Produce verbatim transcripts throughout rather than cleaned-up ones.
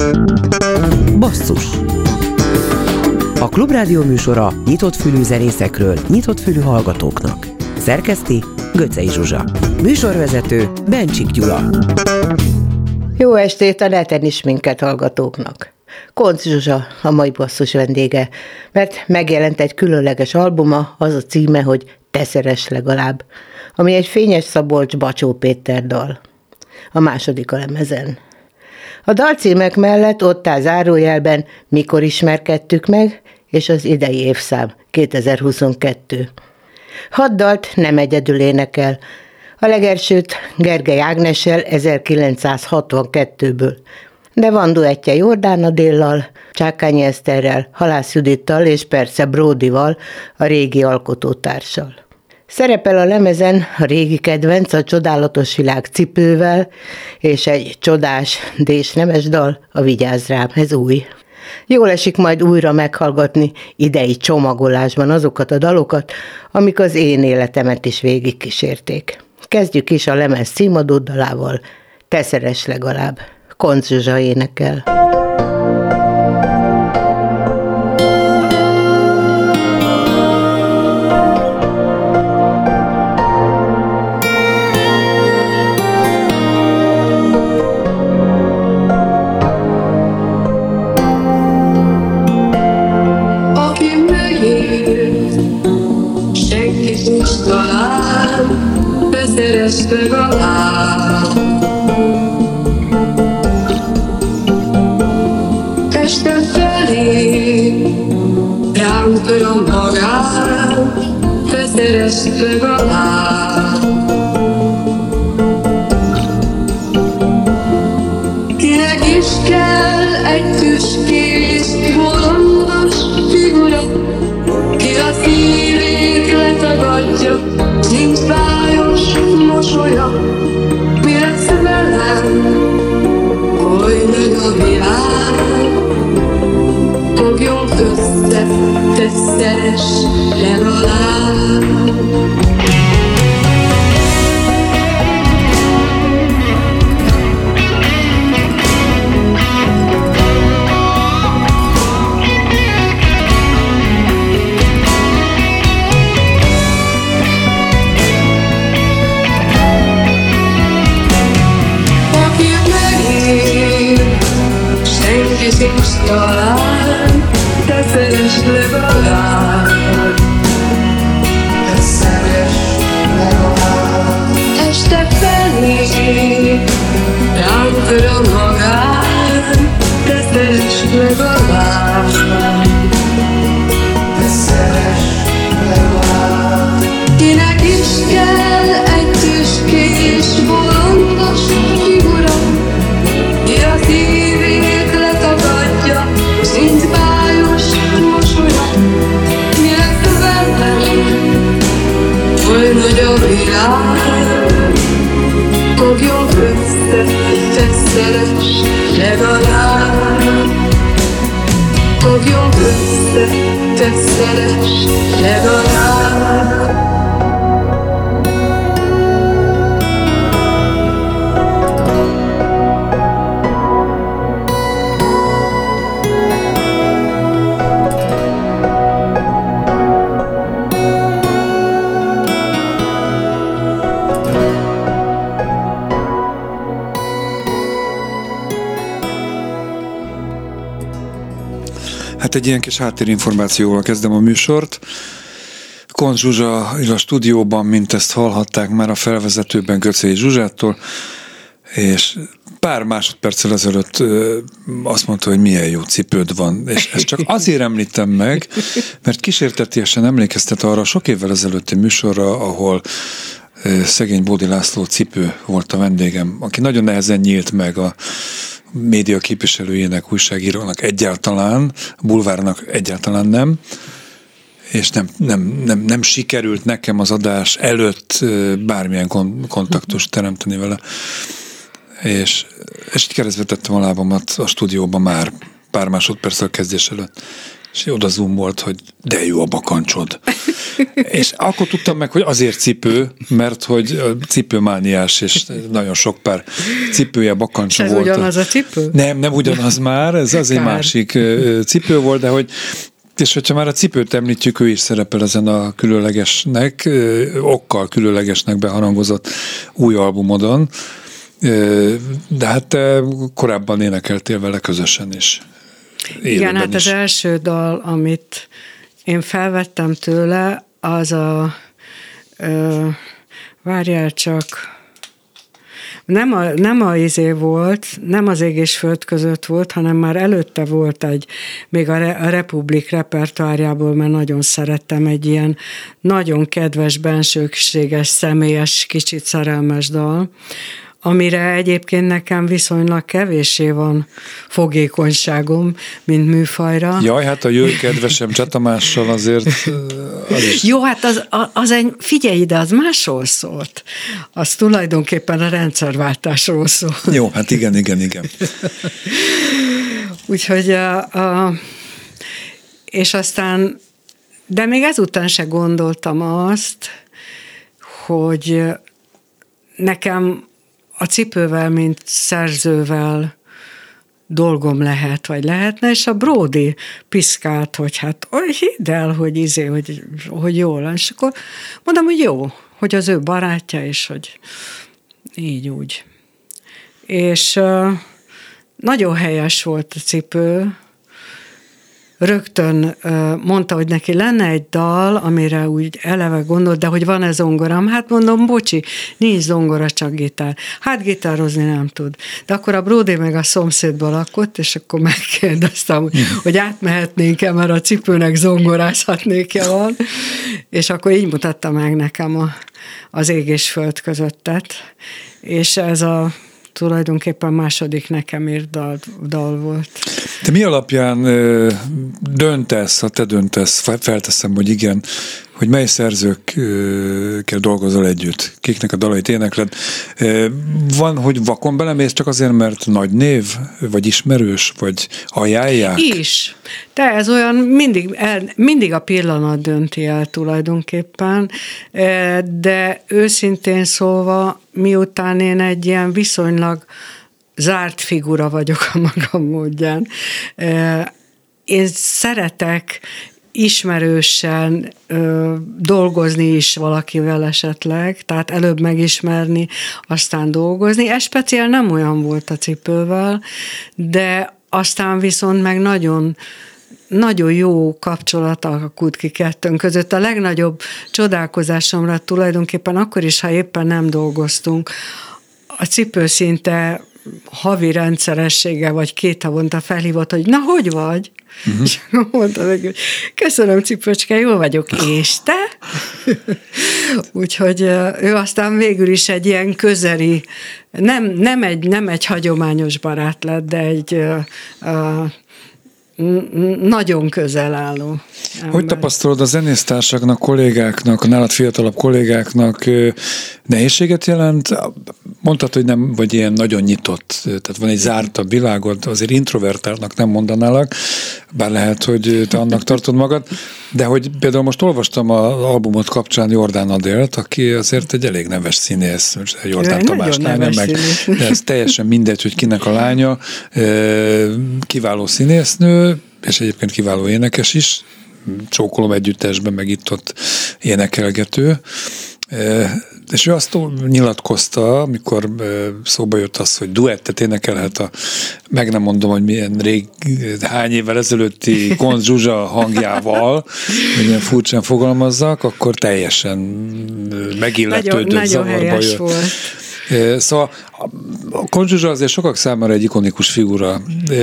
Basszus. A Klubrádió műsora nyitott fülű zenészekről, nyitott fülű hallgatóknak. Szerkeszti Göcsei Zsuzsa. Műsorvezető Bencsik Gyula. Jó estét a neten is minket hallgatóknak. Koncz Zsuzsa a mai Basszus vendége, mert megjelent egy különleges albuma, az a címe, hogy Te szeress legalább, ami egy Fényes Szabolcs Bacsó Péter dal. A második a lemezen. A dalcímek mellett ott áll zárójelben Mikor ismerkedtük meg, és az idei évszám kétezer-huszonkettő. Hat dalt nem egyedül énekel. A legelsőt Gergely Ágnessel ezerkilencszázhatvankettőből, de van duettje Jordán Adéllal, Csákányi Eszterrel, Halász Judittal és persze Bródival, a régi alkotótársal. Szerepel a lemezen a régi kedvenc, a Csodálatos világ cipővel, és egy csodás dés nemes dal, a Vigyázz rám, ez új. Jól esik majd újra meghallgatni idei csomagolásban azokat a dalokat, amik az én életemet is végigkísérték. Kezdjük is a lemez címadó dalával, Te szeress legalább. Koncz Zsuzsa énekel. Este felé rám töröm magát, te szeress legalább. Kinek is kell egy tüskés, bolondos figura, ki a szívét letagadja, nincs bájos mosolya. Mi lesz velem, hogy meg a világ, fogjunk össze, te szeress legalább. Sincs talán, te szeress legalább. Te szeress legalább. Este felé rám töröm magát, te szeress legalább. Te szeress legalább. Kinek is kell egy tüskés, bolondos figura, ki a szívét letagadja, nincs bájos mosolya. Mi lesz velem, oly nagy a világ, fogjunk össze, te szeress legalább. Fogjunk össze, te szeress legalább. Hát egy ilyen kis háttérinformációval kezdem a műsort. Koncz Zsuzsa a stúdióban, mint ezt hallhatták már a felvezetőben Göcsei Zsuzsától, és pár másodperccel ezelőtt azt mondta, hogy milyen jó cipőd van, és ezt csak azért említem meg, mert kísértetiesen emlékeztet arra sok évvel ezelőtti műsorra, ahol szegény Bódi László cipő volt a vendégem, aki nagyon nehezen nyílt meg a média képviselőjének, újságírónak egyáltalán, a bulvárnak egyáltalán nem, és nem, nem, nem, nem sikerült nekem az adás előtt bármilyen kontaktust teremteni vele. És, és így keresztbe tettem a lábamat a stúdióban már pár másodperccel kezdés előtt. és oda zoomolt, hogy de jó a bakancsod. És akkor tudtam meg, hogy azért cipő, mert hogy cipőmániás, és nagyon sok pár cipője, bakancsa volt. Ez ugyanaz a cipő? Nem, nem ugyanaz már, ez az egy másik cipő volt, de hogy és hogyha már a cipőt említjük, ő is szerepel ezen a különlegesnek, okkal különlegesnek beharangozott új albumodon, de hát korábban énekeltél vele közösen is. Igen, hát is. Az első dal, amit én felvettem tőle, az a ö, várjál csak, nem a, nem a izé volt, nem az ég és föld között volt, hanem már előtte volt egy, még a, Re, a Republik repertoárjából, mert nagyon szerettem, egy ilyen nagyon kedves, bensőséges, személyes, kicsit szerelmes dal, amire egyébként nekem viszonylag kevéssé van fogékonyságom, mint műfajra. Jaj, hát a jöjj kedvesem Csatamással azért az is. Jó, hát az, az egy, figyelj ide, az másról szólt. Az tulajdonképpen a rendszerváltásról szól. Jó, hát igen, igen, igen. Úgyhogy a, a, és aztán, de még ezután se gondoltam azt, hogy nekem a cipővel, mint szerzővel dolgom lehet, vagy lehetne, és a Bródi piszkált, hogy hát hidd el, hogy izé, hogy, hogy jól, és akkor mondom, hogy jó, hogy az ő barátja, és hogy így úgy. És uh, nagyon helyes volt a cipő, rögtön mondta, hogy neki lenne egy dal, amire úgy eleve gondolt, de hogy van-e zongoram? Hát mondom, bocsi, nincs zongora, csak gitár. Hát gitározni nem tud. De akkor a Bródi meg a szomszédban lakott, és akkor megkérdeztem, hogy átmehetnénk-e, mert a cipőnek zongorázhatnék-e van. És akkor így mutatta meg nekem a, az ég és föld közöttet. És ez a tulajdonképpen második nekem írt dal, dal volt. Te mi alapján ö, döntesz, ha te döntesz, felteszem, hogy igen, hogy mely szerzőkkel dolgozol együtt, kiknek a dalait énekled. Van, hogy vakon belemész csak azért, mert nagy név, vagy ismerős, vagy ajánlják? Is. De ez olyan, mindig, el, mindig a pillanat dönti el tulajdonképpen, de őszintén szólva, miután én egy ilyen viszonylag zárt figura vagyok a magam módján, én szeretek ismerősen ö, dolgozni is valakivel esetleg, tehát előbb megismerni, aztán dolgozni. Ez speciál nem olyan volt a cipővel, de aztán viszont meg nagyon nagyon jó kapcsolat alakult ki kettőnk között. A legnagyobb csodálkozásomra tulajdonképpen akkor is, ha éppen nem dolgoztunk, a cipő szinte havi rendszerességgel, vagy két havonta felhívott, hogy na, hogy vagy? Uh-huh. És mondta neki, hogy köszönöm, Cipőcske, jól vagyok, és te? Úgyhogy ő aztán végül is egy ilyen közeli, nem, nem, egy, nem egy hagyományos barát lett, de egy uh, nagyon közel álló ember. Hogy tapasztalod a zenésztársaknak, kollégáknak, a nálad fiatalabb kollégáknak nehézséget jelent? Mondtad, hogy nem vagy ilyen nagyon nyitott, tehát van egy zártabb világod, azért introvertáltnak nem mondanálak, bár lehet, hogy te annak tartod magad, de hogy például most olvastam az albumot kapcsán Jordán Adélt, aki azért egy elég neves színész, Jordán Jaj, Tamás lánya, meg de ez teljesen mindegy, hogy kinek a lánya, kiváló színésznő, és egyébként kiváló énekes is, Csókolom együttesben, meg itt-ott énekelgető, és ő azt nyilatkozta, amikor szóba jött az, hogy duettet énekelhet a, meg nem mondom, hogy milyen rég, hány évvel ezelőtti Koncz Zsuzsa hangjával, hogy ilyen furcsán fogalmazzak, akkor teljesen megilletődött, nagyon, zavarba nagyon helyes jött. volt. Szóval a Koncz Zsuzsa azért sokak számára egy ikonikus figura.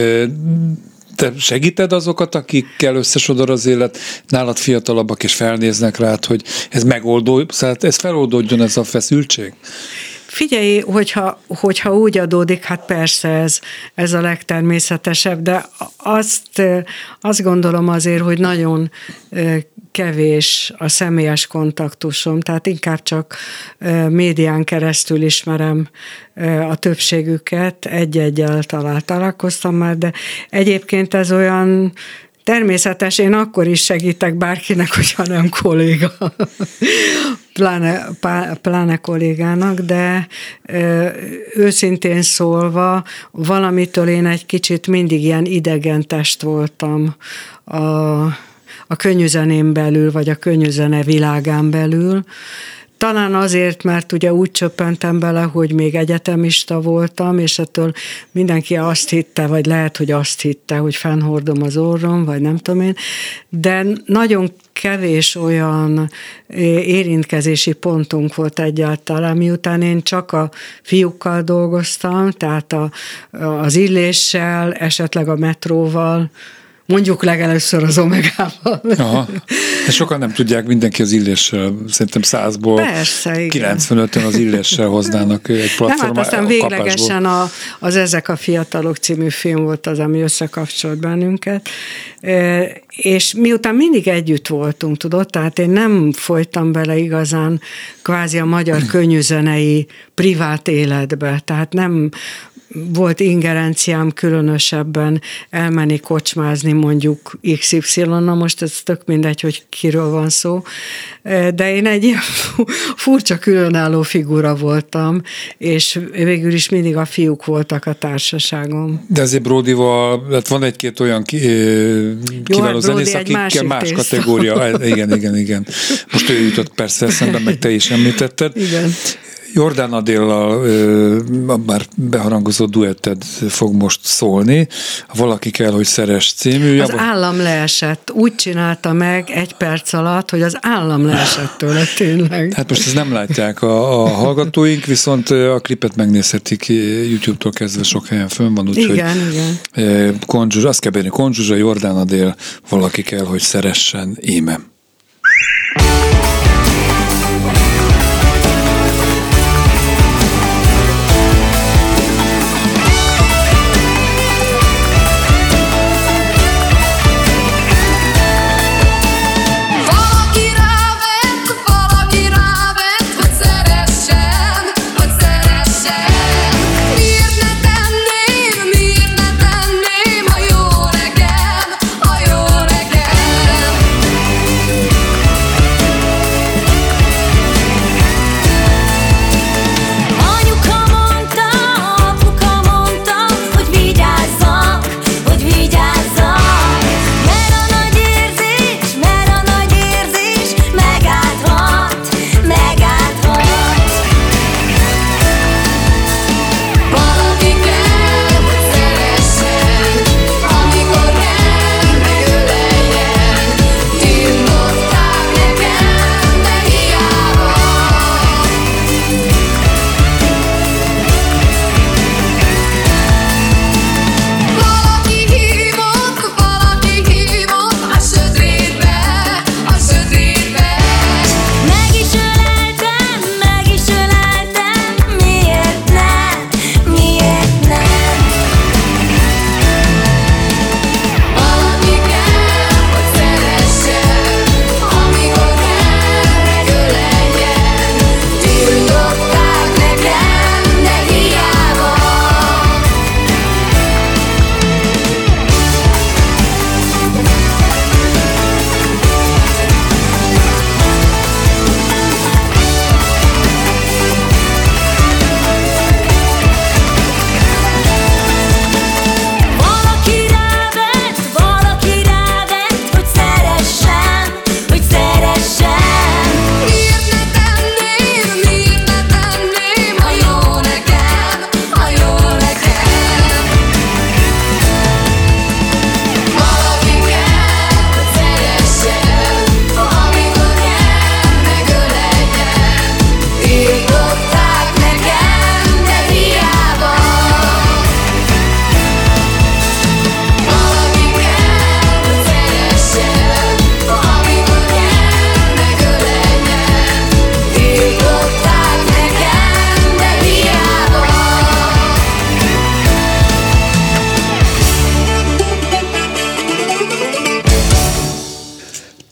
Te segíted azokat, akikkel összesodor az élet, nálad fiatalabbak és felnéznek rád, hogy ez megoldó, szóval ez feloldódjon ez a feszültség? Figyelj, hogyha, hogyha úgy adódik, hát persze ez, ez a legtermészetesebb, de azt, azt gondolom azért, hogy nagyon kevés a személyes kontaktusom, tehát inkább csak médián keresztül ismerem a többségüket, egy-egyel talán találkoztam már, de egyébként ez olyan természetes, én akkor is segítek bárkinek, hogyha nem kolléga, pláne, pláne kollégának, de ö, őszintén szólva valamitől én egy kicsit mindig ilyen idegen test voltam a, a könnyűzenén belül, vagy a könnyűzene világán belül. Talán azért, mert ugye úgy csöppentem bele, hogy még egyetemista voltam, és ettől mindenki azt hitte, vagy lehet, hogy azt hitte, hogy fennhordom az orrom, vagy nem tudom én, de nagyon kevés olyan érintkezési pontunk volt egyáltalán, miután én csak a fiúkkal dolgoztam, tehát a, az Illéssel, esetleg a metróval, mondjuk legelőször az Omegával. Aha. De sokan nem tudják, mindenki az Illéssel, szerintem százból Persze, kilencvenöten az Illéssel hoznának egy platformát. Nem, hát aztán véglegesen a, az Ezek a fiatalok című film volt az, ami összekapcsolt bennünket, és miután mindig együtt voltunk, tudod, tehát én nem folytam bele igazán kvázi a magyar könnyűzenei privát életbe, tehát nem volt ingerenciám különösebben elmenni kocsmázni mondjuk iksz ipszilonnal, most ez tök mindegy, hogy kiről van szó, de én egy ilyen furcsa különálló figura voltam, és végül is mindig a fiúk voltak a társaságom. De azért Bródival, hát van egy-két olyan ki, kiváló zenész, akikkel más tészta. Kategória. Igen, igen, igen. Most ő jutott persze eszembe, meg te is említetted. Igen. Jordán Adéllal ö, már beharangozott duetted fog most szólni. Valaki kell, hogy szeress című. Az állam leesett. Úgy csinálta meg egy perc alatt, hogy az állam leesett tőle tényleg. Hát most ezt nem látják a, a hallgatóink, viszont a klipet megnézhetik YouTube-tól kezdve, sok helyen fönn van. Úgyhogy igen, igen. Konzsuzsa, azt kell bírni, Konzsuzsa, Jordán Adél, valaki kell, hogy szeressen, íme. Reggel, a jó reggel.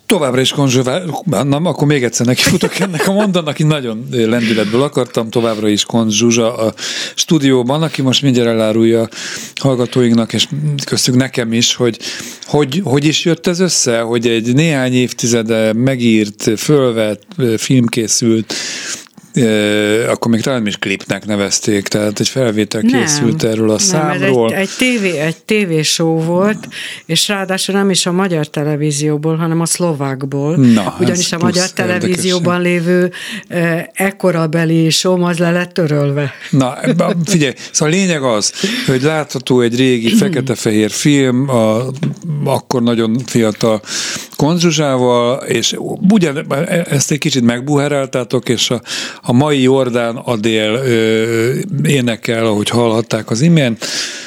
Továbbra is Konzsuzsa, nem, akkor még egyszer nekifutok ennek a mondanak, én nagyon lendületből akartam, továbbra is Konzsuzsa a stúdióban, aki most mindjárt elárulja hallgatóinknak, és köztük nekem is, hogy, hogy hogy is jött ez össze, hogy egy néhány évtizede megírt, fölvett, filmkészült, akkor még talán is klipnek nevezték, tehát egy felvétel nem, készült erről a nem, számról. Ez egy, egy, tévé, egy tévéshow volt, és ráadásul nem is a magyar televízióból, hanem a szlovákból. Na, ugyanis a magyar televízióban lévő e, ekkorabeli show az le lett törölve. Na, figyelj, szóval a lényeg az, hogy látható egy régi fekete-fehér film, a, akkor nagyon fiatal Konzsuzsával, és ugyan ezt egy kicsit megbuheráltátok, és a, a mai Jordán Adél ö, énekel, ahogy hallhatták az imént.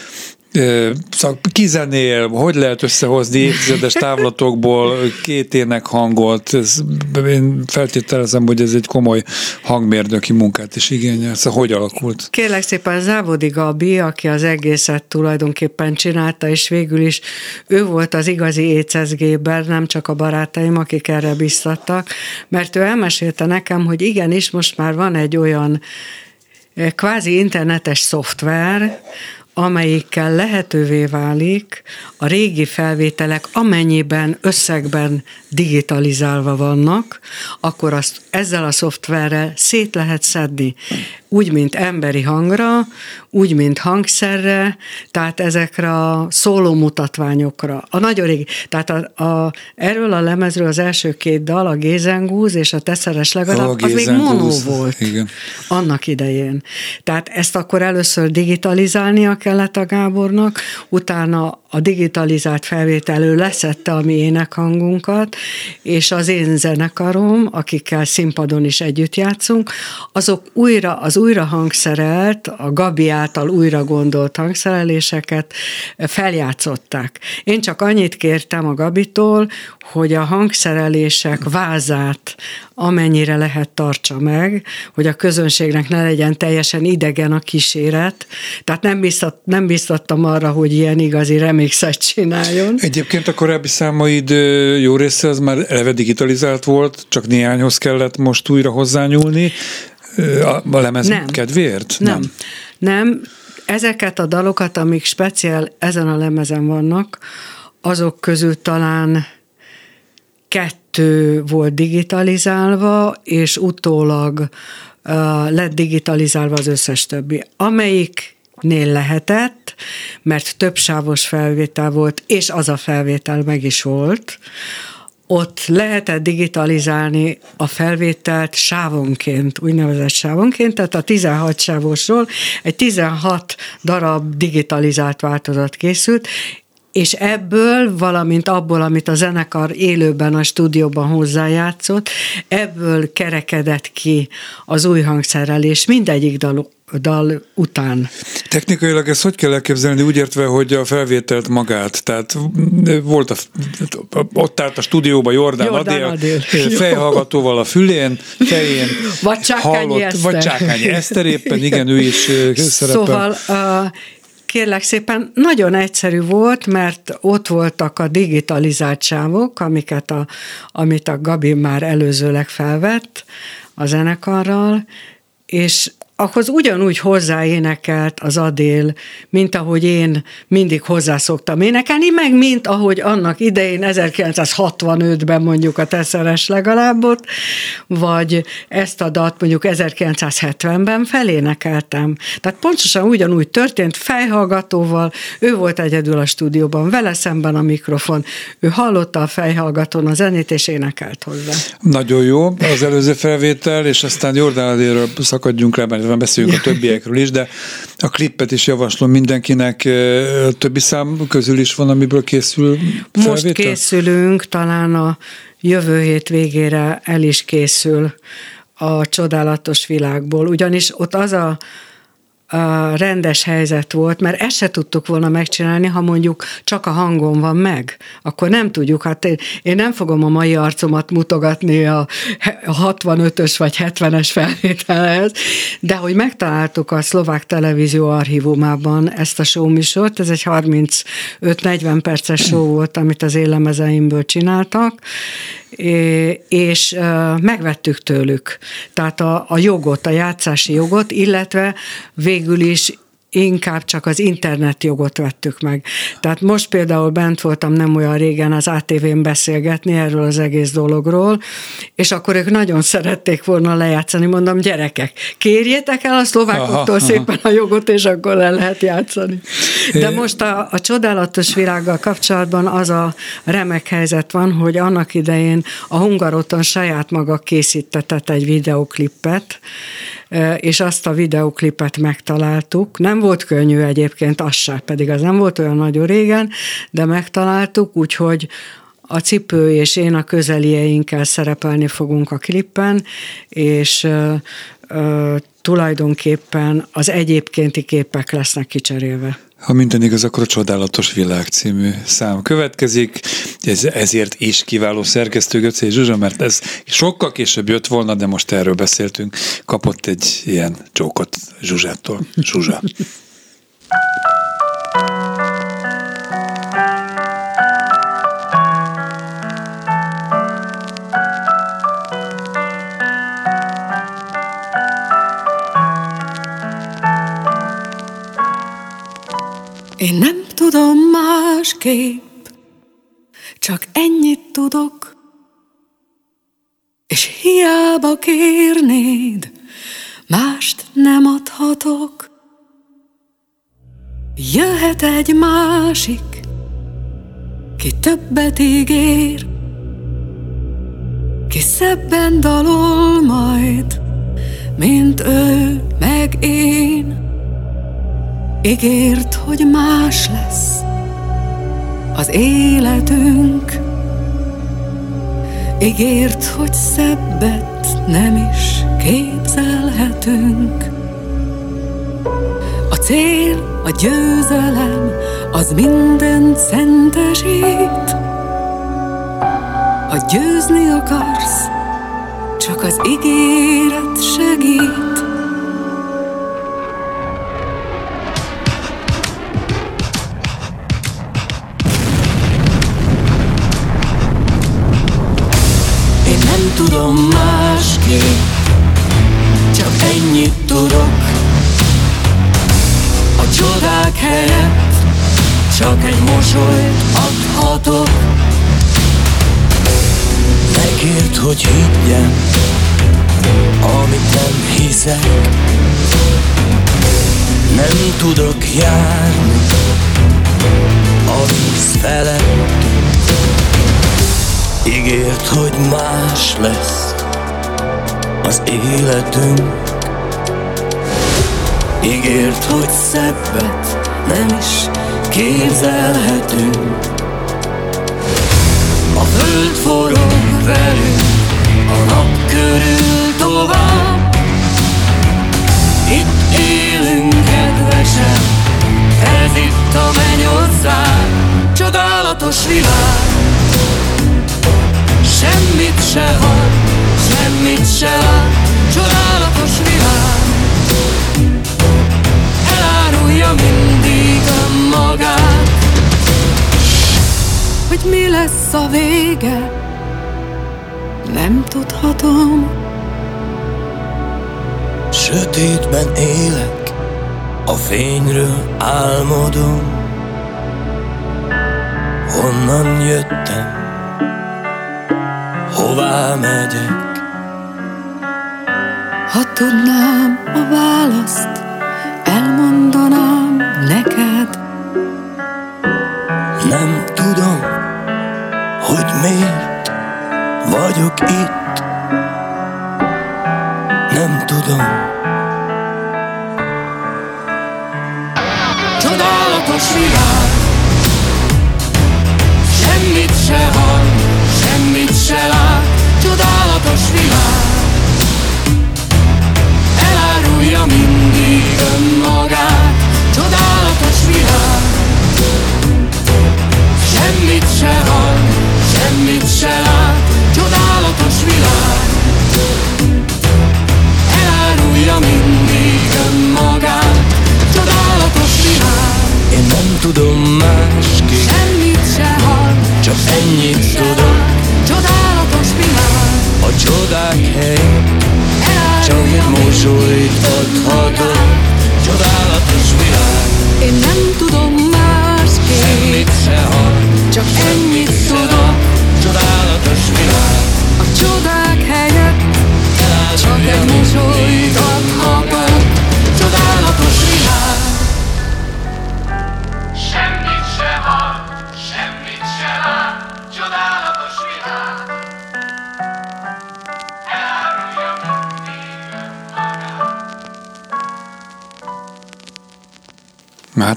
Szóval kizenél, hogy lehet összehozni évtizedes távlatokból két énekhangot, ez, én feltételezem, hogy ez egy komoly hangmérnöki munkát is igényel. Szóval hogy alakult? Kérlek szépen, Závodi Gabi, aki az egészet tulajdonképpen csinálta, és végül is ő volt az igazi écezgéber, nem csak a barátaim, akik erre biztattak, mert ő elmesélte nekem, hogy igenis most már van egy olyan kvázi internetes szoftver, amelyikkel lehetővé válik a régi felvételek, amennyiben összegben digitalizálva vannak, akkor azt ezzel a szoftverrel szét lehet szedni. Úgy, mint emberi hangra, úgy, mint hangszerre, tehát ezekre a szólómutatványokra. A nagyon régi, tehát a, a, erről a lemezről az első két dal, a Gézengúz és a Teszeres legalább, az még mono volt. Igen. Annak idején. Tehát ezt akkor először digitalizálnia kellett a Gábornak, utána a digitalizált felvételő leszedte a mi énekhangunkat, és az én zenekarom, akikkel színpadon is együtt játszunk, azok újra, az újra hangszerelt, a Gabi által újra gondolt hangszereléseket feljátszották. Én csak annyit kértem a Gabitól, hogy a hangszerelések vázát amennyire lehet tartsa meg, hogy a közönségnek ne legyen teljesen idegen a kíséret. Tehát nem, biztat, nem biztattam arra, hogy ilyen igazi remixet csináljon. Egyébként a korábbi számaid jó része az már eleve digitalizált volt, csak néhányhoz kellett most újra hozzányúlni a lemez nem. kedvéért? Nem. nem. Nem. Ezeket a dalokat, amik speciál ezen a lemezen vannak, azok közül talán kettő volt digitalizálva, és utólag uh, lett digitalizálva az összes többi. Amelyiknél lehetett, mert többsávos felvétel volt, és az a felvétel meg is volt, ott lehetett digitalizálni a felvételt sávonként, úgynevezett sávonként, tehát a tizenhat sávosról egy tizenhat darab digitalizált változat készült, és ebből, valamint abból, amit a zenekar élőben a stúdióban hozzájátszott, ebből kerekedett ki az új hangszerelés mindegyik dal, dal után. Technikailag ezt hogy kell elképzelni, úgy értve, hogy a felvételt magát, tehát volt a, ott állt a stúdióban Jordán, Jordán Adél, Adél. fejhallgatóval a fülén, fején vagy Csákányi Eszter. Vagy Csákányi Eszter éppen, igen, ő is szerepel. Szóval a kérlek szépen, nagyon egyszerű volt, mert ott voltak a digitalizált sávok, amiket a, amit a Gabi már előzőleg felvett a zenekarral, és ahhoz ugyanúgy hozzáénekelt az Adél, mint ahogy én mindig hozzászoktam énekelni, meg mint ahogy annak idején ezerkilencszázhatvanötben mondjuk a Teszeres legalábbot, vagy ezt a dalt mondjuk ezerkilencszázhetvenben felénekeltem. Tehát pontosan ugyanúgy történt, fejhallgatóval, ő volt egyedül a stúdióban, vele szemben a mikrofon, ő hallotta a fejhallgatón a zenét, és énekelt hozzá. Nagyon jó az előző felvétel, és aztán Jordán Adélről szakadjunk le, mert beszéljünk a többiekről is, de a klippet is javaslom mindenkinek. A többi szám közül is van, amiből készül felvétel? Most készülünk, talán a jövő hét végére el is készül a Csodálatos világból, ugyanis ott az a rendes helyzet volt, mert ezt se tudtuk volna megcsinálni, ha mondjuk csak a hangom van meg. Akkor nem tudjuk, hát én, én nem fogom a mai arcomat mutogatni a hatvanötös vagy hetvenes felvételhez, de hogy megtaláltuk a szlovák televízió archívumában ezt a showműsort, ez egy harmincöt-negyven perces show volt, amit az én lemezeimből csináltak, és megvettük tőlük. Tehát a, a jogot, a játszási jogot, illetve végül is inkább csak az internetjogot vettük meg. Tehát most például bent voltam nem olyan régen az á té vén beszélgetni erről az egész dologról, és akkor ők nagyon szerették volna lejátszani, mondom, gyerekek, kérjétek el a szlovákoktól aha, szépen aha. a jogot, és akkor le lehet játszani. De most a, a csodálatos virággal kapcsolatban az a remek helyzet van, hogy annak idején a Hungaroton saját maga készítetett egy videoklippet, és azt a videoklipet megtaláltuk. Nem volt könnyű egyébként, az se, pedig az nem volt olyan nagyon régen, de megtaláltuk, úgyhogy a Cipő és én a közelieinkkel szerepelni fogunk a klippen, és ö, ö, tulajdonképpen az egyébkénti képek lesznek kicserélve. Ha minden igaz, akkor a Csodálatos Világ című szám következik. Ez, ezért is kiváló szerkesztő Göcsei Zsuzsa, mert ez sokkal később jött volna, de most erről beszéltünk. Kapott egy ilyen csókot Zsuzsától. Zsuzsa. Én nem tudom másképp, csak ennyit tudok, és hiába kérnéd, mást nem adhatok. Jöhet egy másik, ki többet ígér, ki szebben dalol majd, mint ő meg én. Ígért, hogy más lesz az életünk, ígért, hogy szebbet nem is képzelhetünk. A cél, a győzelem, az mindent szentesít. Ha győzni akarsz, csak az ígéret segít. Tudom másképp, csak ennyit tudok. A csodák helyett csak egy mosolyt adhatok. Megírt, hogy higgyem, amit nem hiszek. Nem tudok járni a víz felett. Ígért, hogy más lesz az életünk. Ígért, hogy szebbet nem is képzelhetünk. A föld forog velünk, a nap körül tovább. Itt élünk kedvesen, ez itt a mennyország. Csodálatos világ. Semmit se hall, semmit se lát, csodálatos világ. Elárulja mindig önmagát, hogy mi lesz a vége, nem tudhatom. Sötétben élek, a fényről álmodom. Honnan jöttem, hová megyek? Ha tudnám a választ, elmondanám neked. Nem tudom, hogy miért vagyok itt. Nem tudom. Csodálatos világ, semmit se hall, semmit se lát, csodálatos világ. Elárulja mindig önmagát.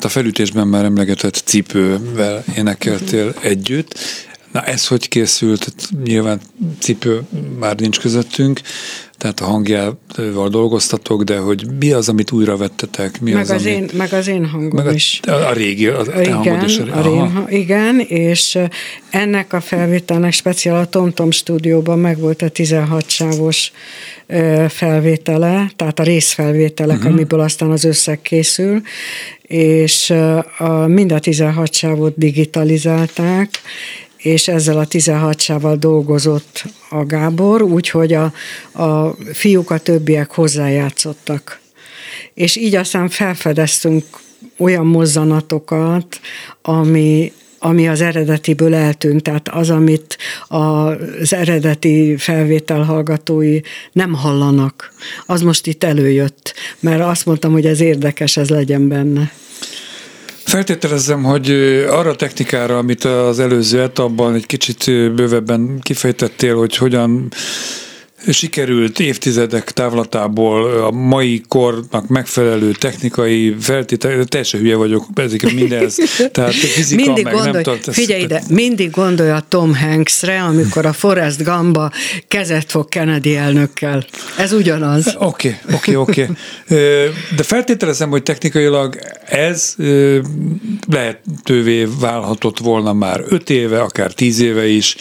a felütésben már emlegetett cipővel énekeltél együtt. Na ez hogy készült? Nyilván cipő már nincs közöttünk, tehát a hangjával dolgoztatok, de hogy mi az, amit újra vettetek? Mi meg, az, az ami... én, meg az én hangom meg a, is. A, a régi, a te igen, hangod is. A rém, igen, és ennek a felvételnek speciál a TomTom stúdióban meg volt a tizenhat sávos felvétele, tehát a részfelvételek, uh-huh. amiből aztán az összeg készül, és a, mind a tizenhat sávot digitalizálták, és ezzel a tizenhat sávval dolgozott a Gábor, úgyhogy a, a fiúk, a többiek hozzájátszottak. És így aztán felfedeztünk olyan mozzanatokat, ami, ami az eredetiből eltűnt, tehát az, amit az eredeti felvétel hallgatói nem hallanak, az most itt előjött, mert azt mondtam, hogy ez érdekes, ez legyen benne. Feltételezem, hogy arra a technikára, amit az előző etapban egy kicsit bővebben kifejtettél, hogy hogyan sikerült évtizedek távlatából a mai kornak megfelelő technikai feltétel, teljesen hülye vagyok, ezeket mindez, tehát fizika, mindig meg gondolj, nem tart. Figyelj ide, mindig gondolj a Tom Hanksre, amikor a Forrest Gumpba kezet fog Kennedy elnökkel. Ez ugyanaz. Oké, oké, oké. De feltételezem, hogy technikailag ez lehetővé válhatott volna már öt éve, akár tíz éve is,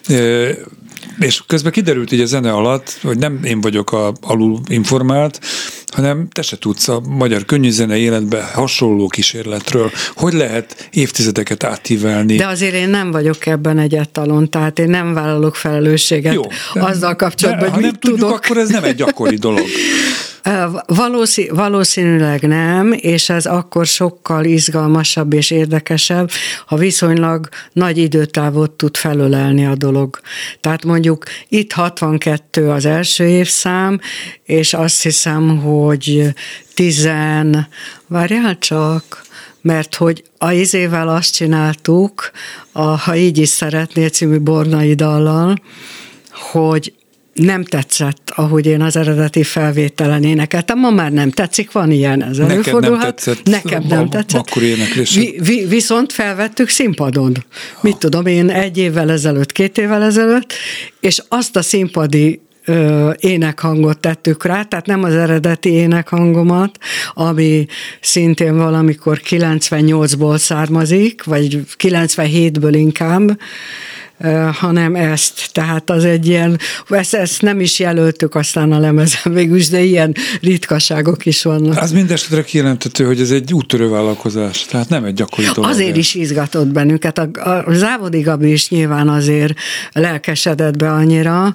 és közben kiderült így a zene alatt, hogy nem én vagyok a alul informált, hanem te se tudsz a magyar könnyűzene életben hasonló kísérletről. Hogy lehet évtizedeket átívelni? De azért én nem vagyok ebben egy etalon, tehát én nem vállalok felelősséget Jó, azzal kapcsolatban, hogy mit nem tudjuk, tudok. Akkor ez nem egy gyakori dolog. Valószín, valószínűleg nem, és ez akkor sokkal izgalmasabb és érdekesebb, ha viszonylag nagy időtávot tud felölelni a dolog. Tehát mondjuk itt hatvankettő az első évszám, és azt hiszem, hogy tizen, várjál csak, mert hogy a izével azt csináltuk, a Ha így is szeretnél című Bornai dallal, hogy nem tetszett, ahogy én az eredeti felvételen énekeltem. Ma már nem tetszik, van ilyen, ez Neked előfordulhat. nem tetszett. Nekem nem tetszett. Akkor éneklés. Vi, vi, viszont felvettük színpadon. Mit tudom én, egy évvel ezelőtt, két évvel ezelőtt, és azt a színpadi ö, énekhangot tettük rá, tehát nem az eredeti énekhangomat, ami szintén valamikor kilencvennyolcból származik, vagy kilencvenhétből inkább, hanem ezt, tehát az egy ilyen, ezt, ezt nem is jelöltük aztán a lemezen végül is, de ilyen ritkaságok is vannak. Az mindesetre kijelentető, hogy ez egy úttörő vállalkozás, tehát nem egy gyakori dolog. Azért is izgatott bennünket. A, a Závodi Gabi is nyilván azért lelkesedett be annyira,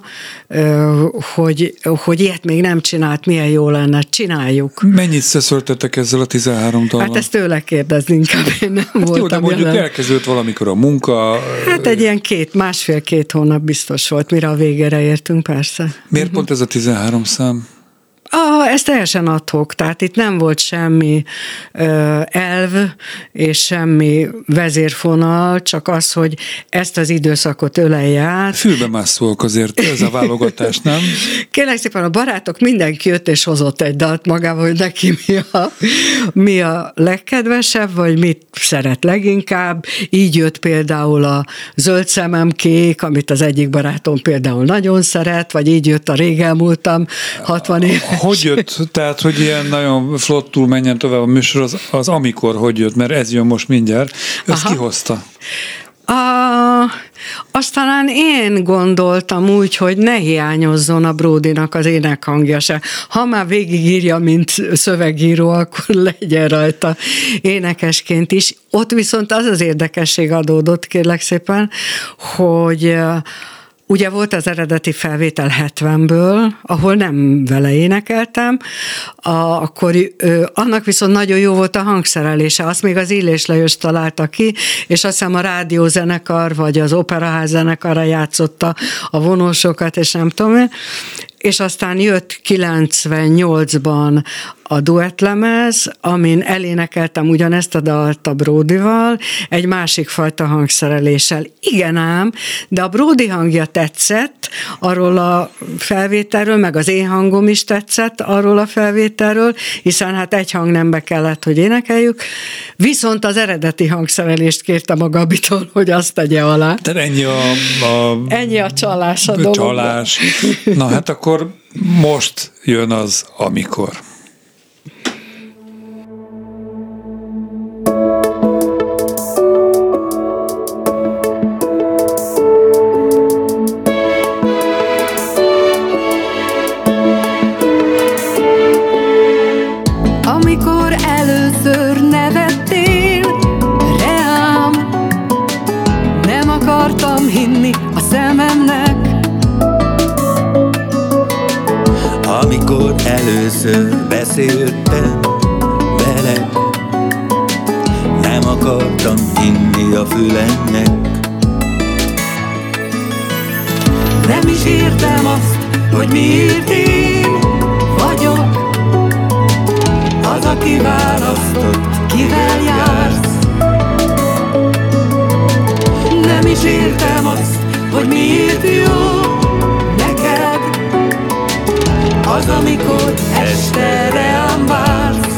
hogy, hogy ilyet még nem csinált, milyen jó lenne, csináljuk. Mennyit szeszöltetek ezzel a tizenhárom dallal? Hát ezt tőle kérdezni inkább, én nem hát voltam. Jó, de mondjuk jelen. Elkezdődött valamikor a munka. Hát egy ilyen két másfél-két hónap biztos volt, mire a végére értünk, persze. Miért uh-huh. pont ez a tizenhárom szám? Ah, ez teljesen adhok, tehát itt nem volt semmi ö, elv, és semmi vezérfonal, csak az, hogy ezt az időszakot ölelje át. Fülbemászóak azért ez a válogatás, nem? Kérlek szépen, a barátok mindenki jött és hozott egy dalt magával, hogy neki mi a, mi a legkedvesebb, vagy mit szeret leginkább. Így jött például a Zöld szemem kék, amit az egyik barátom például nagyon szeret, vagy így jött a Régelmúltam hatvan év. Hogy jött, tehát, hogy ilyen nagyon flottul menjen tovább a műsor, az, az amikor hogy jött, mert ez jön most mindjárt. Ezt Aha. ki hozta? A, azt talán én gondoltam úgy, hogy ne hiányozzon a Bródinak az énekhangja se. Ha már végigírja, mint szövegíró, akkor legyen rajta énekesként is. Ott viszont az az érdekesség adódott, kérlek szépen, hogy ugye volt az eredeti felvétel hetvenből, ahol nem vele énekeltem, a, akkor ö, annak viszont nagyon jó volt a hangszerelése, azt még az Illés Lajos találta ki, és azt hiszem a rádiózenekar, vagy az operaház zenekarra játszotta a vonósokat, és nem tudom én, és aztán jött kilencvennyolcban a duettlemez, amin elénekeltem ugyanezt a dalt a Bródival, egy másik fajta hangszereléssel. Igen ám, de a Bródi hangja tetszett arról a felvételről, meg az én hangom is tetszett arról a felvételről, hiszen hát egy hangnembe kellett, hogy énekeljük, viszont az eredeti hangszerelést kértem a Gabitól, hogy azt tegye alá. Tehát ennyi a, a, ennyi a csalás a dologban. Csalás. Na hát akkor most jön az amikor. Amikor először nevettél reám, nem akartam hinni a szememnek. Amikor először beszéltem veled, nem akartam hinni a fülemnek. Nem is értem azt, hogy miért én vagyok az, aki választott, kivel jársz. Nem is értem azt, hogy miért jó neked az, amikor este rám vársz.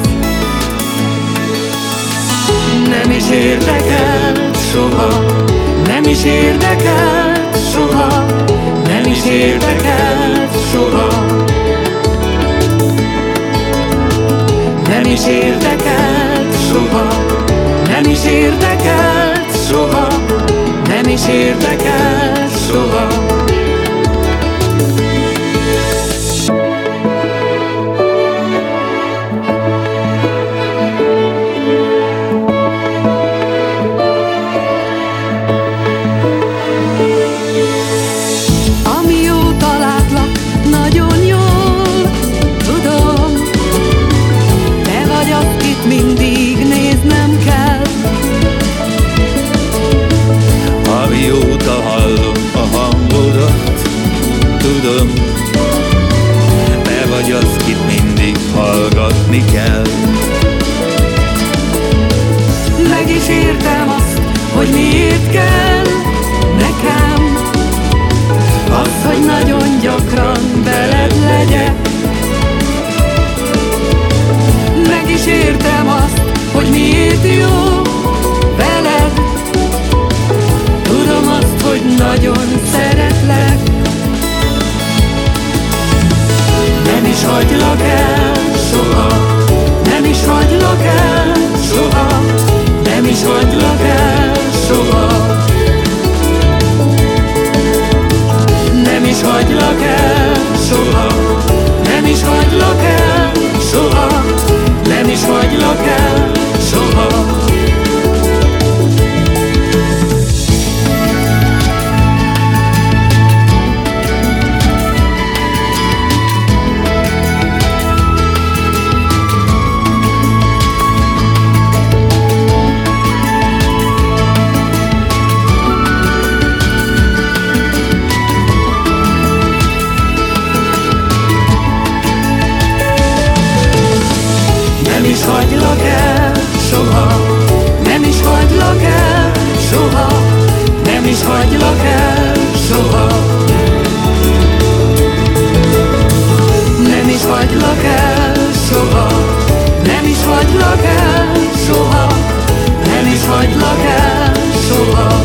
Nem is érdekelt soha, nem is érdekelt soha, nem is érdekelt soha. Nem is érdekelt soha, nem is érdekelt soha, nem is érdekelt soha. Amióta látlak, nagyon jól tudom, te vagy, akit mindig néznem kell. Amióta hallom a hangodat, tudom, te vagy az, kit mindig hallgatni kell. Meg is értem azt, hogy miért kell nekem az, hogy nagyon gyakran veled legyek. Meg is értem azt, hogy miért jó veled. Tudom azt, hogy nagyon szeretlek. Nem is hagylak el soha, nem is hagylak el soha, nem is hagylak el soha. Nem is hagylak el soha, nem is hagylak el soha, nem is hagylak el soha. Nem is hagylak el soha, nem is hagylak el soha, nem is hagylak el soha. Nem is hagylak el soha, nem is hagylak el soha, nem is hagylak el soha.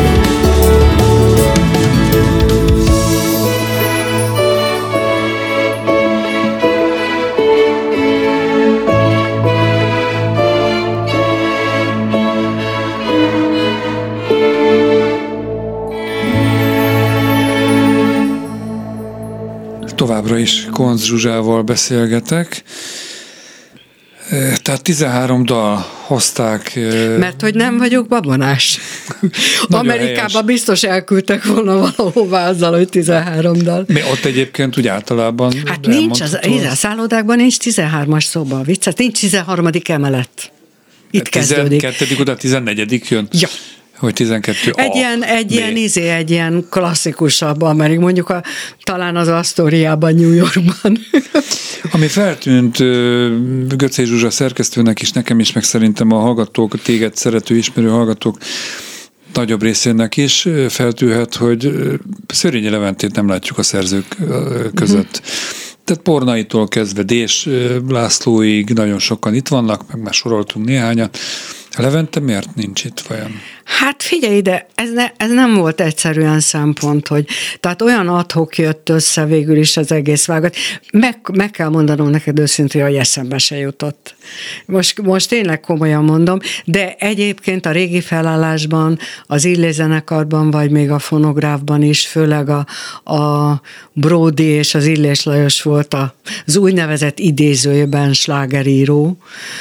Továbbra is Koncz Zsuzsával beszélgetek. Tehát tizenhárom dal hozták. Mert hogy nem vagyok babonás. Amerikában helyes. Biztos elküldtek volna valahová azzal, hogy tizenhárom dal. Mi ott egyébként úgy általában hát nincs, az, a szállodákban nincs tizenhármas szoba. Vicces, nincs tizenharmadik emelet. Itt kezdődik. tizenkettedik oda tizennegyedik jön. Ja. Hogy tizenkettő A. Egy ilyen, egy B. ilyen izé, egy ilyen klasszikusabb amerikai, mondjuk a, talán az Astoriában, New Yorkban. Ami feltűnt Göcsei Zsuzsa szerkesztőnek is, nekem is, meg szerintem a hallgatók, téged szerető, ismerő hallgatók nagyobb részének is feltűnhet, hogy Szörényi Leventét nem látjuk a szerzők között. Mm-hmm. Tehát Pornaitól kezdve Dés Lászlóig nagyon sokan itt vannak, meg már soroltunk néhányat. Levente miért nincs itt vajon? Hát figyelj ide, ez, ne, ez nem volt egyszerűen szempont, hogy tehát olyan ad-hoc jött össze végül is az egész vágat. Meg, meg kell mondanom neked őszintén, hogy eszembe se jutott. Most, most tényleg komolyan mondom, de egyébként a régi felállásban, az Illés zenekarban, vagy még a fonográfban is, főleg a, a Bródi és az Illés Lajos volt az úgynevezett idézőjében slágeríró,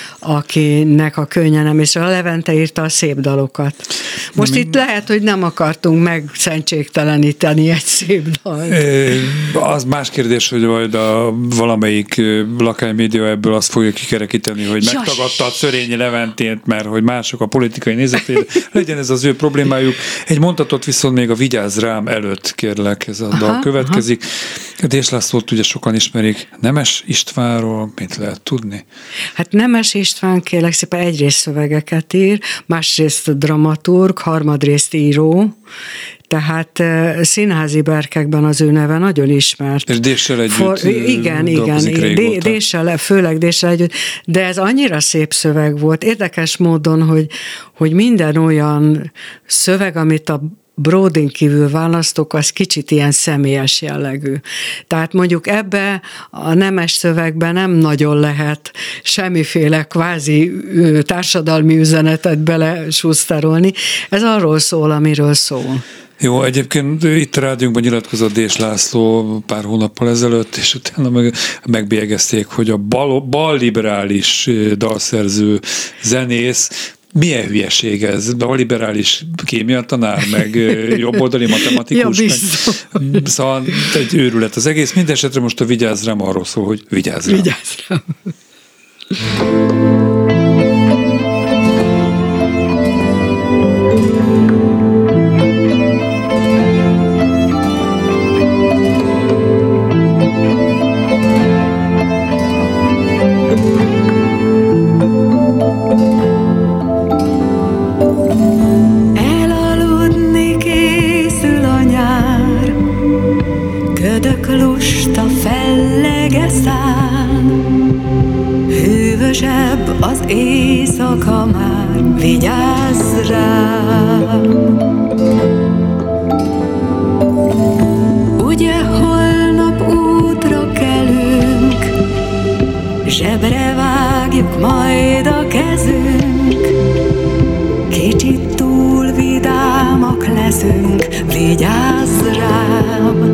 akinek a könnye nem, és a Levente írta a szép dalokat. Most nem, itt lehet, hogy nem akartunk megszentségteleníteni egy szép dalt. Az más kérdés, hogy majd a valamelyik lakánymédia ebből azt fogja kikerekíteni, hogy Jaj. megtagadta a Szörényi Leventét, mert hogy mások a politikai nézetét. Legyen ez az ő problémájuk. Egy mondatot viszont még a Vigyázz rám előtt, kérlek, ez a aha, dal következik. Aha. Dés Lászlót ugye sokan ismerik. Nemes Istvánról mit lehet tudni? Hát Nemes István kérlek szépen egyrészt szövegeket ír, másrészt dramaturg, harmadrészt író, tehát színházi berkekben az ő neve nagyon ismert. És Déssel együtt For, igen, igen, Déssel, főleg Déssel együtt, de ez annyira szép szöveg volt. Érdekes módon, hogy, hogy minden olyan szöveg, amit a Bródin kívül választok, az kicsit ilyen személyes jellegű. Tehát mondjuk ebbe a nemes szövegben nem nagyon lehet semmiféle kvázi társadalmi üzenetet belesúsztárolni. Ez arról szól, amiről szól. Jó, egyébként itt a rádiónkban nyilatkozott Dés László pár hónappal ezelőtt, és utána meg, megbélyegezték, hogy a bal, balliberális dalszerző zenész milyen hülyeség ez? A liberális kémia tanár, meg jobboldali matematikus. Ja, meg, szóval egy őrület az egész. Mindenesetre most a Vigyázz rám arról szól, hogy vigyázz rám. Vigyázz rám. Az éjszaka már vigyázz rám. Ugye holnap útra kelünk, zsebre vágjuk majd a kezünk, kicsit túl vidámak leszünk, vigyázz rám.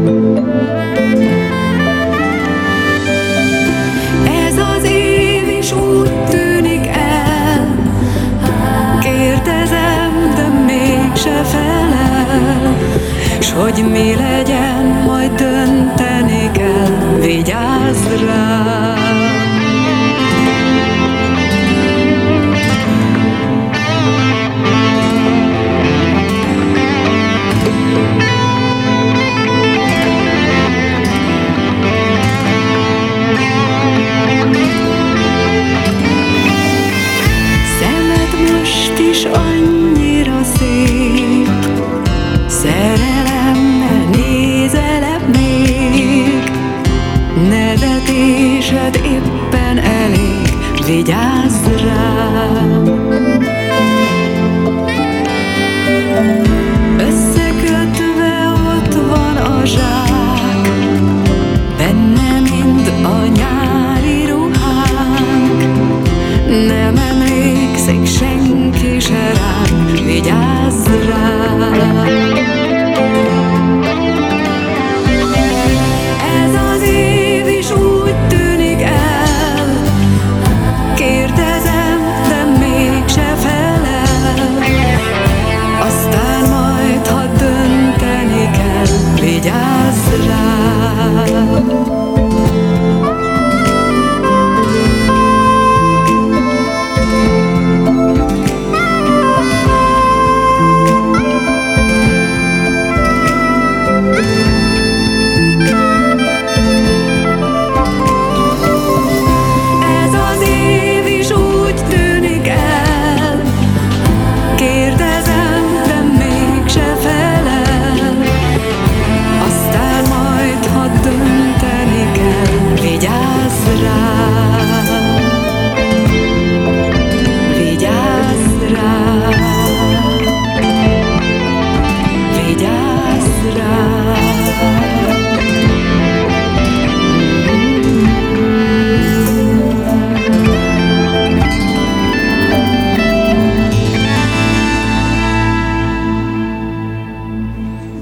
Ez az év is úgy tűnik el, kérdezem, de mégse felel, s hogy mi legyen, majd dönteni kell, vigyázz rám. Annyira szép, szerelemmel nézelek még, nevetés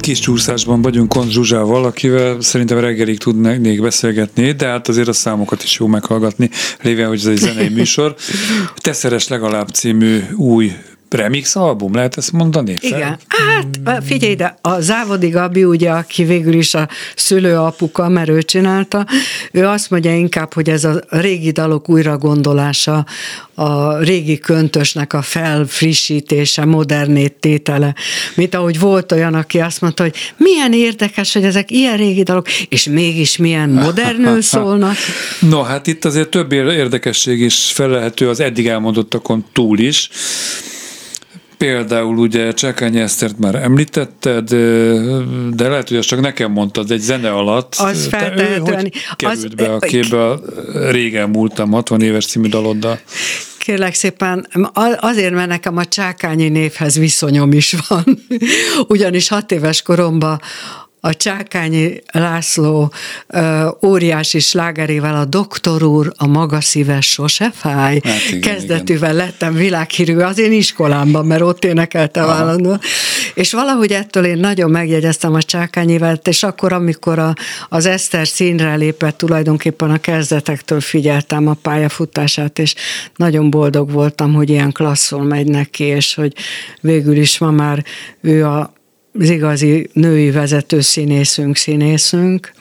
kis csúszásban vagyunk Koncz Zsuzsával, akivel szerintem reggelig tudnék beszélgetni, de hát azért a számokat is jó meghallgatni, lévén, hogy ez egy zenei műsor. Te szeres legalább című új remix album, lehet ezt mondani? Igen. Hát figyelj ide, a Závodi Gabi, ugye, aki végül is a szülőapuka, mert ő csinálta, ő azt mondja inkább, hogy ez a régi dalok újra gondolása, a régi köntösnek a felfrissítése, moderníttétele, mint ahogy volt olyan, aki azt mondta, hogy milyen érdekes, hogy ezek ilyen régi dalok, és mégis milyen modernül szólnak. No, hát itt azért több érdekesség is felelhető az eddig elmondottakon túl is. Például ugye Csákányi Esztert már említetted, de lehet, hogy azt csak nekem mondtad egy zene alatt. Az feltehetően. Hogy került az, be a képbe a Régen múltam hatvan éves című daloddal? Kérlek szépen, azért, mert nekem a Csákányi névhez viszonyom is van. Ugyanis hat éves koromban a Csákányi László ö, óriási slágerével, a Doktor úr, a maga szíve sose fáj, hát igen, kezdetűvel igen. lettem világhírű az én iskolámban, mert ott énekelte állandóan. És valahogy ettől én nagyon megjegyeztem a Csákányivel, és akkor, amikor a, az Eszter színre lépett, tulajdonképpen a kezdetektől figyeltem a pályafutását, és nagyon boldog voltam, hogy ilyen klasszul megy neki, és hogy végül is ma már ő a az igazi női vezető színészünk, színészünk,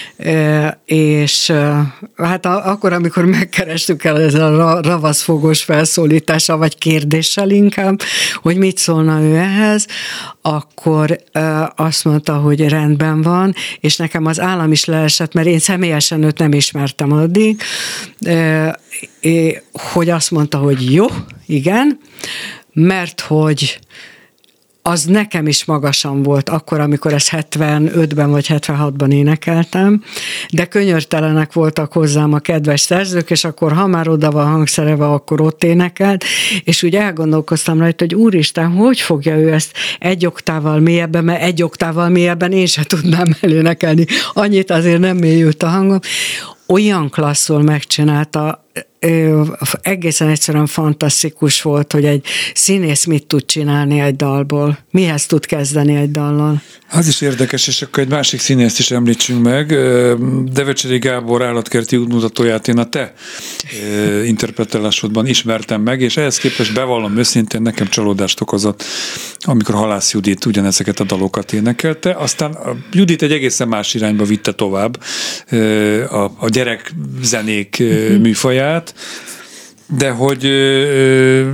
és hát akkor, amikor megkerestük el ezzel a ravaszfogós felszólítással, vagy kérdéssel inkább, hogy mit szólna ő ehhez, akkor azt mondta, hogy rendben van, és nekem az állam is leesett, mert én személyesen őt nem ismertem addig, hogy azt mondta, hogy jó, igen, mert hogy az nekem is magasan volt akkor, amikor ezt hetvenötben vagy hetvenhatban énekeltem, de könyörtelenek voltak hozzám a kedves szerzők, és akkor ha már oda van hangszereve, akkor ott énekelt, és úgy elgondolkoztam rajta, hogy úristen, hogy fogja ő ezt egy oktával mélyebben, mert egy oktával mélyebben én se tudnám elénekelni. Annyit azért nem mélyült a hangom. Olyan klasszul megcsinálta, egészen egyszerűen fantasztikus volt, hogy egy színész mit tud csinálni egy dalból. Mihez tud kezdeni egy dallal? Az is érdekes, és akkor egy másik színészt is említsünk meg. Devecseri Gábor állatkerti útmutatóját én a te interpretálásodban ismertem meg, és ehhez képest bevallom őszintén, nekem csalódást okozott, amikor Halász Judit ugyanezeket a dalokat énekelte. Aztán a Judit egy egészen más irányba vitte tovább a, a gyerekzenék műfaját, de hogy ö,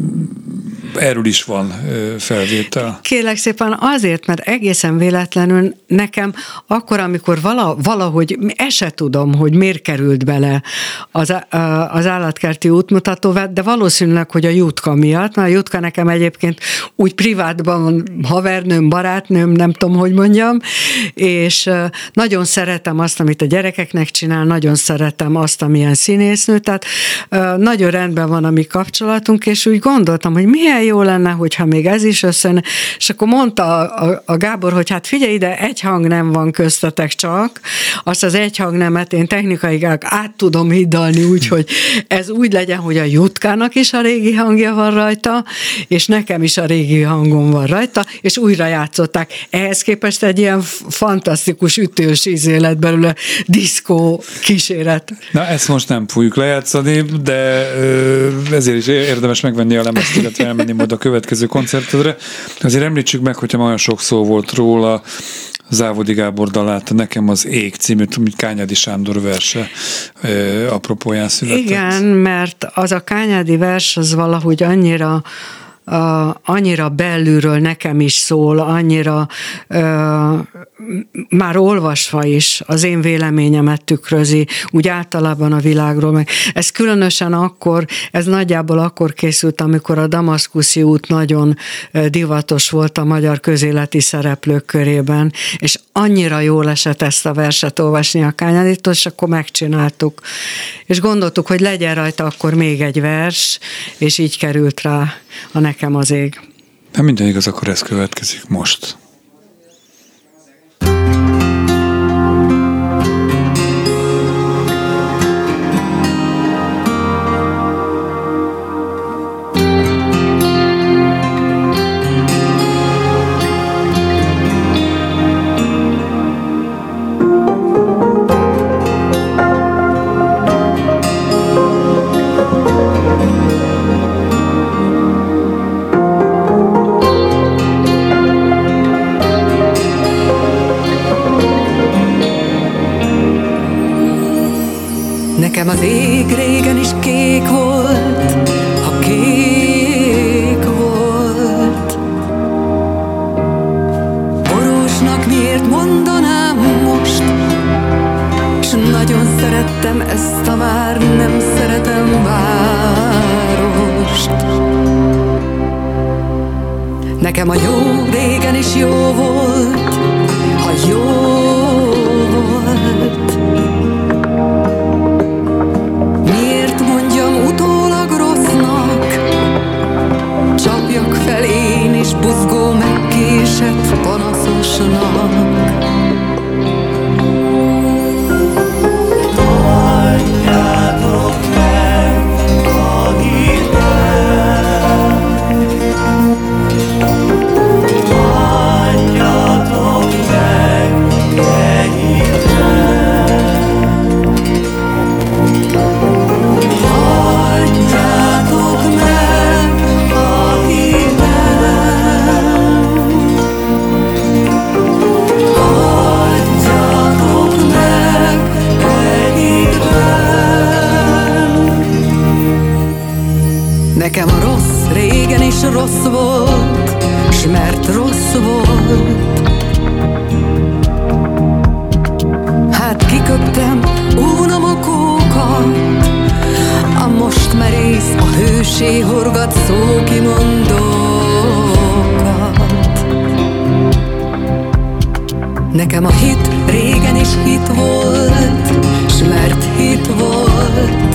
erről is van felvétel. Kérlek szépen azért, mert egészen véletlenül nekem akkor, amikor vala, valahogy, ezt se tudom, hogy miért került bele az, az állatkerti útmutató, de valószínűleg, hogy a Jutka miatt, mert a Jutka nekem egyébként úgy privátban havernőm, barátnőm, nem tudom, hogy mondjam, és nagyon szeretem azt, amit a gyerekeknek csinál, nagyon szeretem azt, amilyen színésznő, tehát nagyon rendben van a mi kapcsolatunk, és úgy gondoltam, hogy milyen jó lenne, hogyha még ez is összejön. És akkor mondta a, a, a Gábor, hogy hát figyelj ide, egy hang nem van köztetek csak, azt az egy hang nemet én technikailag át tudom hiddalni úgy, hogy ez úgy legyen, hogy a Jutkának is a régi hangja van rajta, és nekem is a régi hangom van rajta, és újra játszották. Ehhez képest egy ilyen fantasztikus ütős ízé lett belőle, diszkó kíséret. Na, ezt most nem fogjuk lejátszani, de ezért is érdemes megvenni a lemezt, illetve elmenni majd a következő koncertedre. Azért említsük meg, hogyha olyan sok szó volt róla, Závodi Gábor dalát, Nekem az ég című, mint Kányádi Sándor verse apropóján született. Igen, mert az a Kányádi vers az valahogy annyira Uh, annyira belülről nekem is szól, annyira uh, már olvasva is az én véleményemet tükrözi, úgy általában a világról. Meg. Ez különösen akkor, ez nagyjából akkor készült, amikor a damaszkuszi út nagyon divatos volt a magyar közéleti szereplők körében, és annyira jól esett ezt a verset olvasni a Kányáditól, és akkor megcsináltuk. És gondoltuk, hogy legyen rajta akkor még egy vers, és így került rá a Nekem az ég. Nem minden igaz, akkor ez következik most. Az ég régen is kék volt, ha kék volt. Borósnak miért mondanám most, s nagyon szerettem ezt a már nem szeretem várost. Nekem a jó régen is jó volt, ha jó volt. Miért mondjam utólag rossznak, csapjak fel én is buzgó megkésett panaszosnak. Adjátok meg a hitelt, adjátok meg e hitelt, adjátok meg a hitelt, adjátok meg e hitelt. Nekem a rossz régen is rossz volt, s mert rossz volt. Hát kiköptem unamokókat, a most merész, a hősé horgat szókimondókat. Nekem a hit régen is hit volt, s mert hit volt.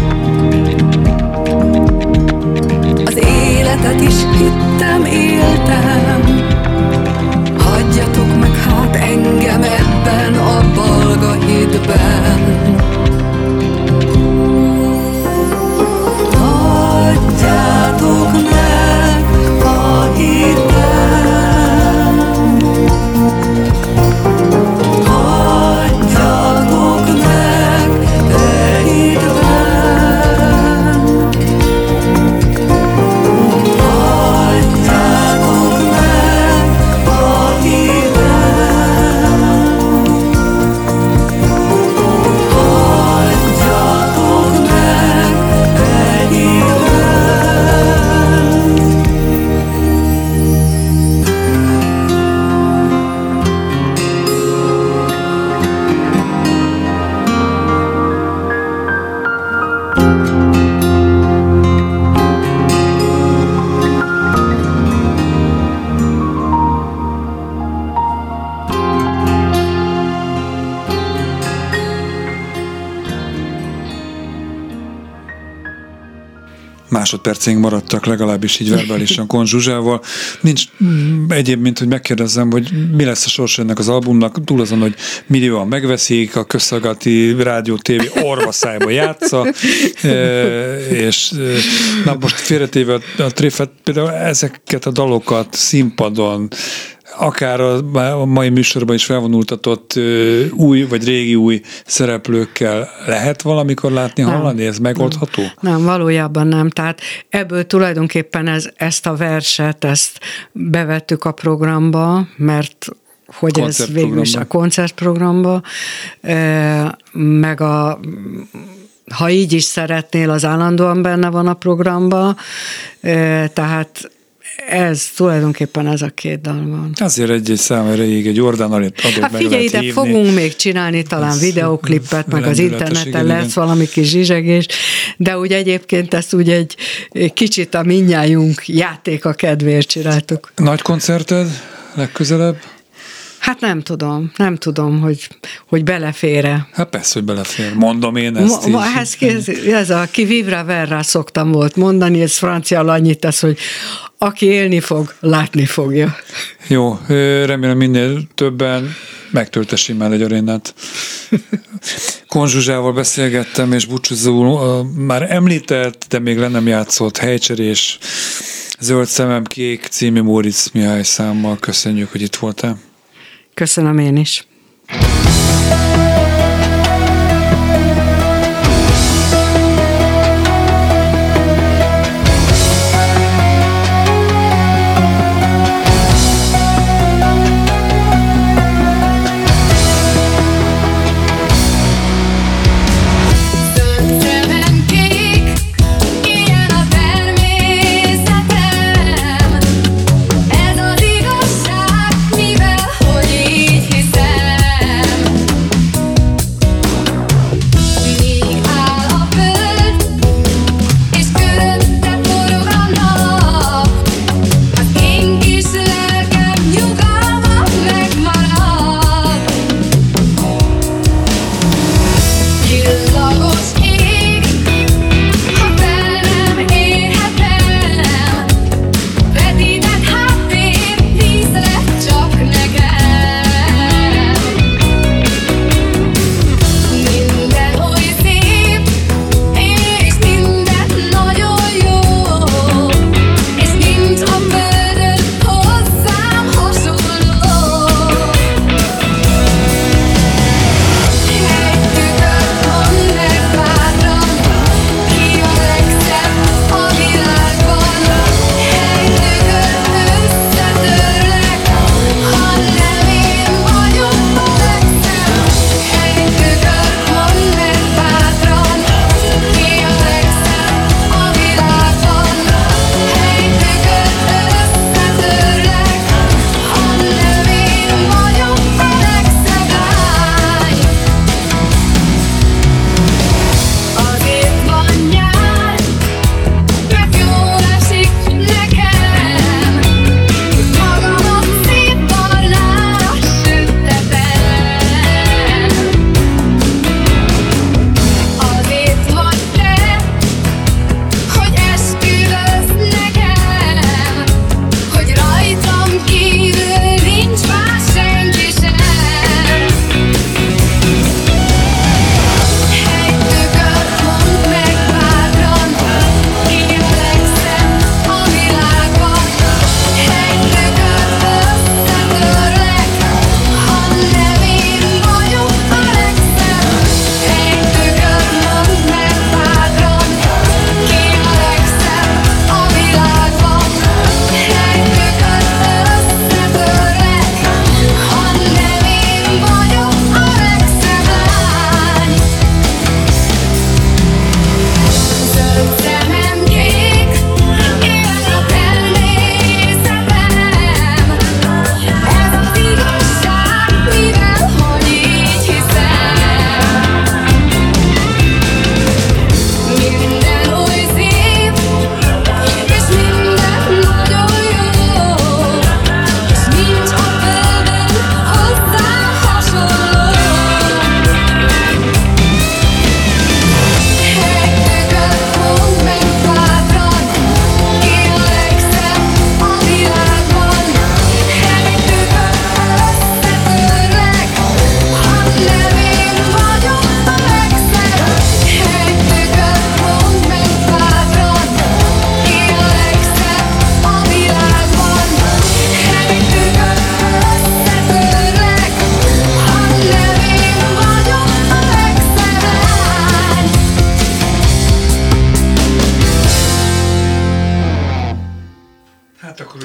Az életet is hittem, éltem. Hagyjatok meg hát engem ebben a balga hitben. Adjátok meg a hitben, adjátok meg e hitben, adjátok meg a hitben, adjátok meg e hitben. Másodpercénk maradtak, legalábbis így verbálisan Kon Zsuzsával. Nincs egyéb, mint hogy megkérdezzem, hogy mi lesz a sorsa ennek az albumnak, túl azon, hogy millióan megveszik, a közszolgálati rádió, tévé orvaszájba játsza, és na most félretéve a tréfet, például ezeket a dalokat színpadon, akár a mai műsorban is felvonultatott új vagy régi új szereplőkkel lehet valamikor látni, nem, hallani? Ez megoldható? Nem, nem, valójában nem. Tehát ebből tulajdonképpen ez, ezt a verset, ezt bevettük a programba, mert hogy ez végül is a koncertprogramba, meg a ha így is szeretnél, az állandóan benne van a programba, tehát ez tulajdonképpen ez a két dal van. Azért egy-egy szám erejéig egy Jordán adott hát meg figyelj, ide fogunk még csinálni talán ez videóklipet, meg az interneten igen, lesz igen. valami kis zsizsegés, de úgy egyébként ezt úgy egy kicsit a mindnyájunk játéka kedvéért csináltuk. Nagy koncerted legközelebb? Hát nem tudom, nem tudom, hogy, hogy belefér-e. Hát persze, hogy belefér. Mondom én ezt Ma, ez, ez, ez a ki vivra verra szoktam volt mondani, ez franciául annyit tesz, hogy aki élni fog, látni fogja. Jó, remélem minél többen megtöltessék már egy arénát. Kon Zsuzsával beszélgettem, és búcsúzóul már említett, de még le nem játszott Helycserés, Zöld szemem kék című Móricz Mihály számmal. Köszönjük, hogy itt voltál. Köszönöm én is. Zöld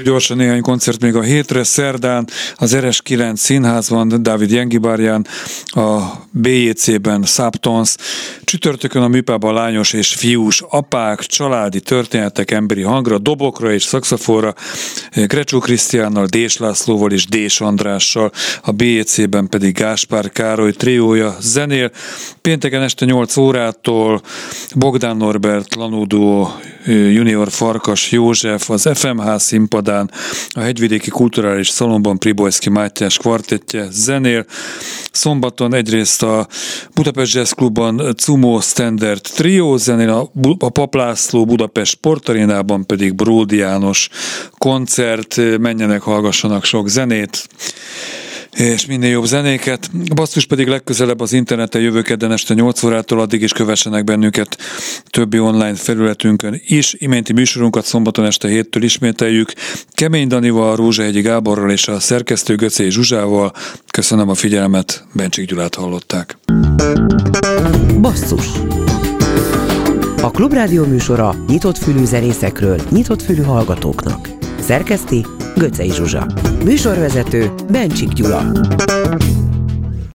gyorsan néhány koncert még a hétre. Szerdán az er es kilenc színházban, Dávid Jengibárján, a bé jé cé-ben Subtons, csütörtökön a Műpában lányos és fiús apák, családi történetek emberi hangra, dobokra és szaxofonra, Grecsó Krisztiánnal, Dés Lászlóval és Dés Andrással, a bé jé cé-ben pedig Gáspár Károly triója zenél. Pénteken este nyolc órától Bogdán Norbert, Lanódó, Junior Farkas József az ef em há színpadán, a Hegyvidéki Kulturális Szalonban Pribojszky Mátyás kvartettje zenél. Szombaton egyrészt a Budapest Jazz Klubban Cumo Standard Trio zenél, a Pap László Budapest Sportarénában pedig Bródi János koncert. Menjenek, hallgassanak sok zenét és minél jobb zenéket. A Basszus pedig legközelebb az interneten jövő kedden este nyolc órától, addig is kövessenek bennünket többi online felületünkön is. Iménti műsorunkat szombaton este héttől ismételjük. Kemény Danival, Rózsahegyi Gáborral és a szerkesztő Göcé Zsuzsával. Köszönöm a figyelmet, Bencsik Gyulát hallották. Basszus. A Klubrádió műsora nyitott fülű zenészekről, nyitott fülű hallgatóknak. Szerkeszti Göcei Zsuzsa. Műsorvezető Bencsik Gyula.